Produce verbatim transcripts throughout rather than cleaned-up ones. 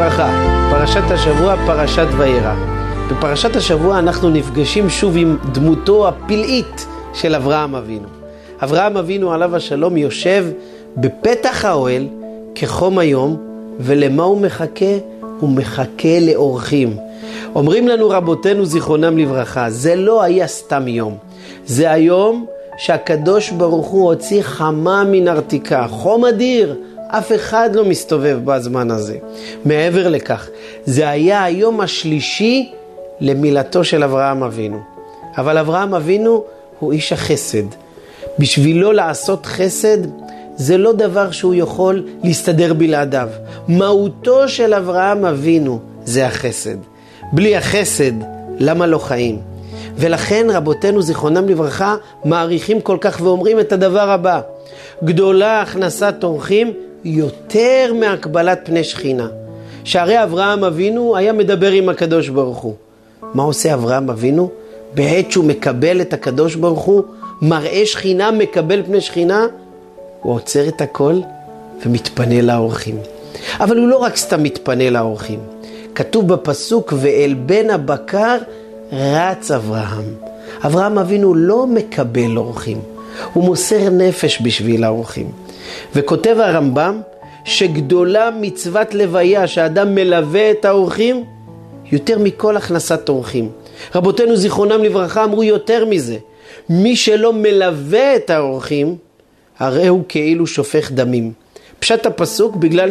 לברכה, פרשת השבוע, פרשת וירא. בפרשת השבוע אנחנו נפגשים שוב עם דמותו הפלאית של אברהם אבינו. אברהם אבינו עליו השלום יושב בפתח האוהל כחום היום, ולמה הוא מחכה? הוא מחכה לאורחים. אומרים לנו רבותינו זיכרונם לברכה, זה לא היה סתם יום. זה היום שהקדוש ברוך הוא הוציא חמה מן ארתיקה, חום אדיר, אף אחד לא מסתובב בזמן הזה. מעבר לכך, זה היה היום השלישי למילתו של אברהם אבינו. אבל אברהם אבינו הוא איש החסד. בשבילו לעשות חסד זה לא דבר שהוא יכול להסתדר בלעדיו. מהותו של אברהם אבינו זה החסד. בלי החסד, למה לא חיים? ולכן רבותינו זיכרונם לברכה מעריכים כל כך ואומרים את הדבר הבא: גדולה הכנסת אורחים יותר מהקבלת פני שכינה. שהרי אברהם אבינו היה מדבר עם הקדוש ברוך הוא. מה עושה אברהם אבינו? בעת שהוא מקבל את הקדוש ברוך הוא, מראה שכינה, מקבל פני שכינה, הוא עוצר את הכל ומתפנה לאורחים. אבל הוא לא רק סתם מתפנה לאורחים. כתוב בפסוק, ואל בן הבקר רץ אברהם. אברהם אבינו לא מקבל אורחים, הוא מוסר נפש בשביל האורחים. וכותב הרמב"ם שגדולה מצוות לוויה, שהאדם מלווה את האורחים יותר מכל הכנסת אורחים. רבותינו זיכרונם לברכה אמרו יותר מזה, מי שלא מלווה את האורחים הרי הוא כאילו שופך דמים. פשט הפסוק, בגלל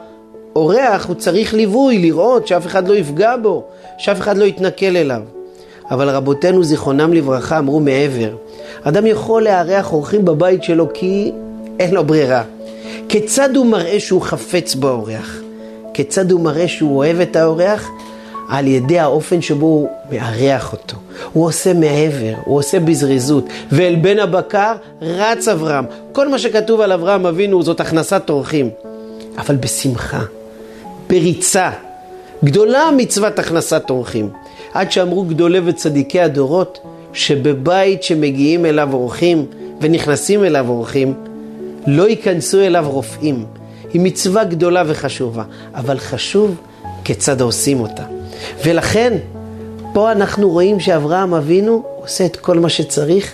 שהאורח הוא צריך ליווי, לראות שאף אחד לא יפגע בו, שאף אחד לא יתנכל אליו. אבל רבותינו זיכרונם לברכה אמרו מעבר, אדם יכול לארח אורחים בבית שלו כי אין לו ברירה. כיצד הוא מראה שהוא חפץ באורח? כיצד הוא מראה שהוא אוהב את האורח? על ידי האופן שבו הוא מארח אותו. הוא עושה מעבר, הוא עושה בזריזות. ואל בן הבקר רץ אברהם. כל מה שכתוב על אברהם אבינו זאת הכנסת אורחים. אבל בשמחה, בריצה. גדולה מצוות הכנסת אורחים. עד שאמרו גדולי וצדיקי הדורות, שבבית שמגיעים אליו אורחים ונכנסים אליו אורחים, לא ייכנסו אליו רופאים. היא מצווה גדולה וחשובה, אבל חשוב כיצד עושים אותה. ולכן פה אנחנו רואים שאברהם אבינו עושה את כל מה שצריך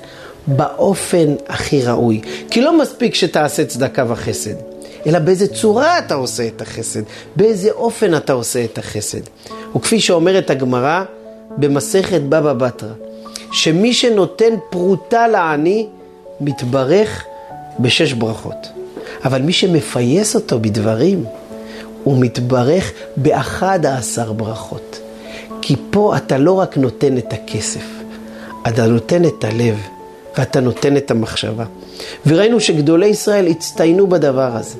באופן הכי ראוי. כי לא מספיק שתעשה צדקה וחסד, אלא באיזה צורה אתה עושה את החסד, באיזה אופן אתה עושה את החסד. וכפי שאומרת הגמרא במסכת בבא בתרא, שמי שנותן פרוטה לעני מתברך בשש ברכות. אבל מי שמפייס אותו בדברים, הוא מתברך באחד עשר ברכות. כי פה אתה לא רק נותן את הכסף, אתה נותן את הלב, ואתה נותן את המחשבה. וראינו שגדולי ישראל הצטיינו בדבר הזה,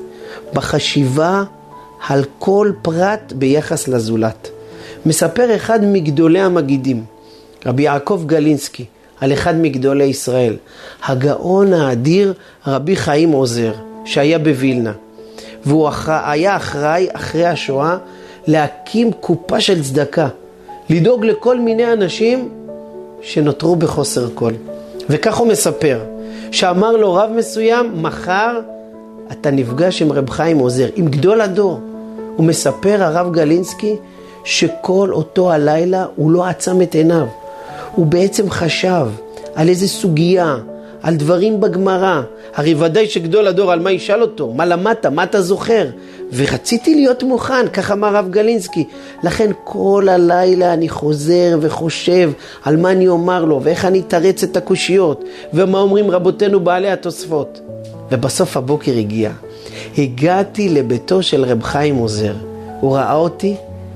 בחשיבה על כל פרט ביחס לזולת. מספר אחד מגדולי המגידים, רבי יעקב גלינסקי, על אחד מגדולי ישראל, הגאון האדיר רבי חיים עוזר, שהיה בווילנה. והוא היה אחראי אחרי השואה להקים קופה של צדקה, לדאוג לכל מיני אנשים שנותרו בחוסר כל. וכך הוא מספר, שאמר לו רב מסוים, מחר אתה נפגש עם רב חיים עוזר, עם גדול הדור. הוא מספר הרב גלינסקי שכל אותו הלילה הוא לא עצם את עיניו. הוא בעצם חשב על איזה סוגיה, על דברים בגמרא. הרי ודאי שגדול הדור על מה ישאל אותו, מה למדת, מה אתה זוכר? ורציתי להיות מוכן, כך אמר רב גלינסקי. לכן כל הלילה אני חוזר וחושב על מה אני אומר לו, ואיך אני תרץ את הקושיות, ומה אומרים רבותינו בעלי התוספות. ובסוף הבוקר הגיע. הגעתי לביתו של רב חיים עוזר. הוא ראה אותי,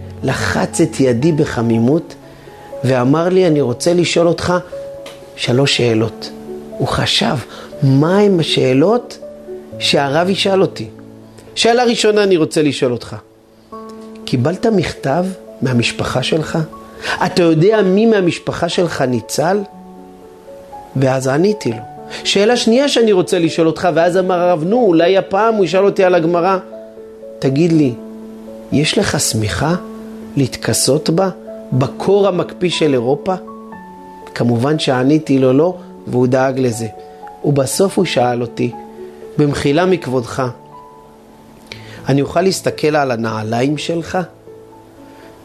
לחץ את ידי בחמימות, ואמר לי, אני רוצה לשאול אותך שלוש שאלות. הוא חשב, מה הם השאלות שהרב ישאל אותי? שאלה ראשונה אני רוצה לשאול אותך. קיבלת מכתב מהמשפחה שלך? אתה יודע מי מהמשפחה שלך ניצל? ואז עניתי לו. שאלה שנייה שאני רוצה לשאול אותך, ואז אמר הרב, נו, אולי הפעם הוא ישאל אותי על הגמרא. תגיד לי, יש לך סמיכה להתכסות בה בקור המקפיא של אירופה? כמובן שעניתי לו לא, והוא דאג לזה. ובסוף הוא שאל אותי, במחילה מכבודך, אני אוכל להסתכל על הנעליים שלך?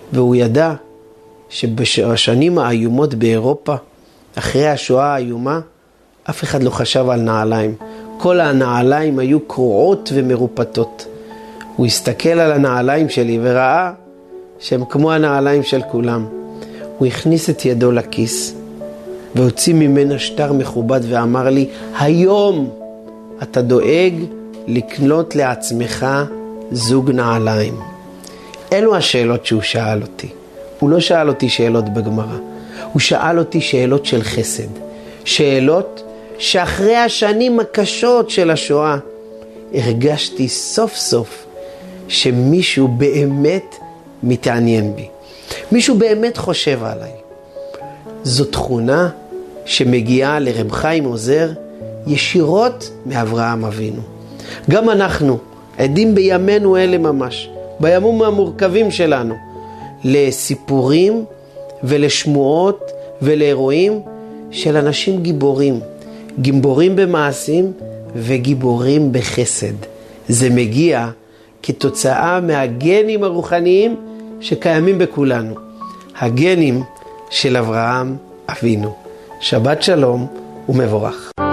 והוא ידע שבשנים האיומות באירופה, אחרי השואה האיומה, אף אחד לא חשב על נעליים. כל הנעליים היו קרועות ומרופטות. הוא הסתכל על הנעליים שלי וראה שהם כמו הנעליים של כולם. הוא הכניס את ידו לכיס והוציא ממנה שטר מכובד ואמר לי, היום אתה דואג לקנות לעצמך זוג נעליים. אלו השאלות שהוא שאל אותי. הוא לא שאל אותי שאלות בגמרא. הוא שאל אותי שאלות של חסד. שאלות שאחרי השנים הקשות של השואה הרגשתי סוף סוף שמישהו באמת מתעניין בי. מישהו באמת חושב עליי. זו תכונה שמגיעה לרב חיים עוזר ישירות מאברהם אבינו. גם אנחנו עדים בימינו אלה ממש, בימים המורכבים שלנו, לסיפורים ולשמועות ולאירועים של אנשים גיבורים. גיבורים במעשים וגיבורים בחסד. זה מגיע כתוצאה מהגנים הרוחניים שקיימים בכולנו. הגנים של אברהם אבינו. שבת שלום ומבורך.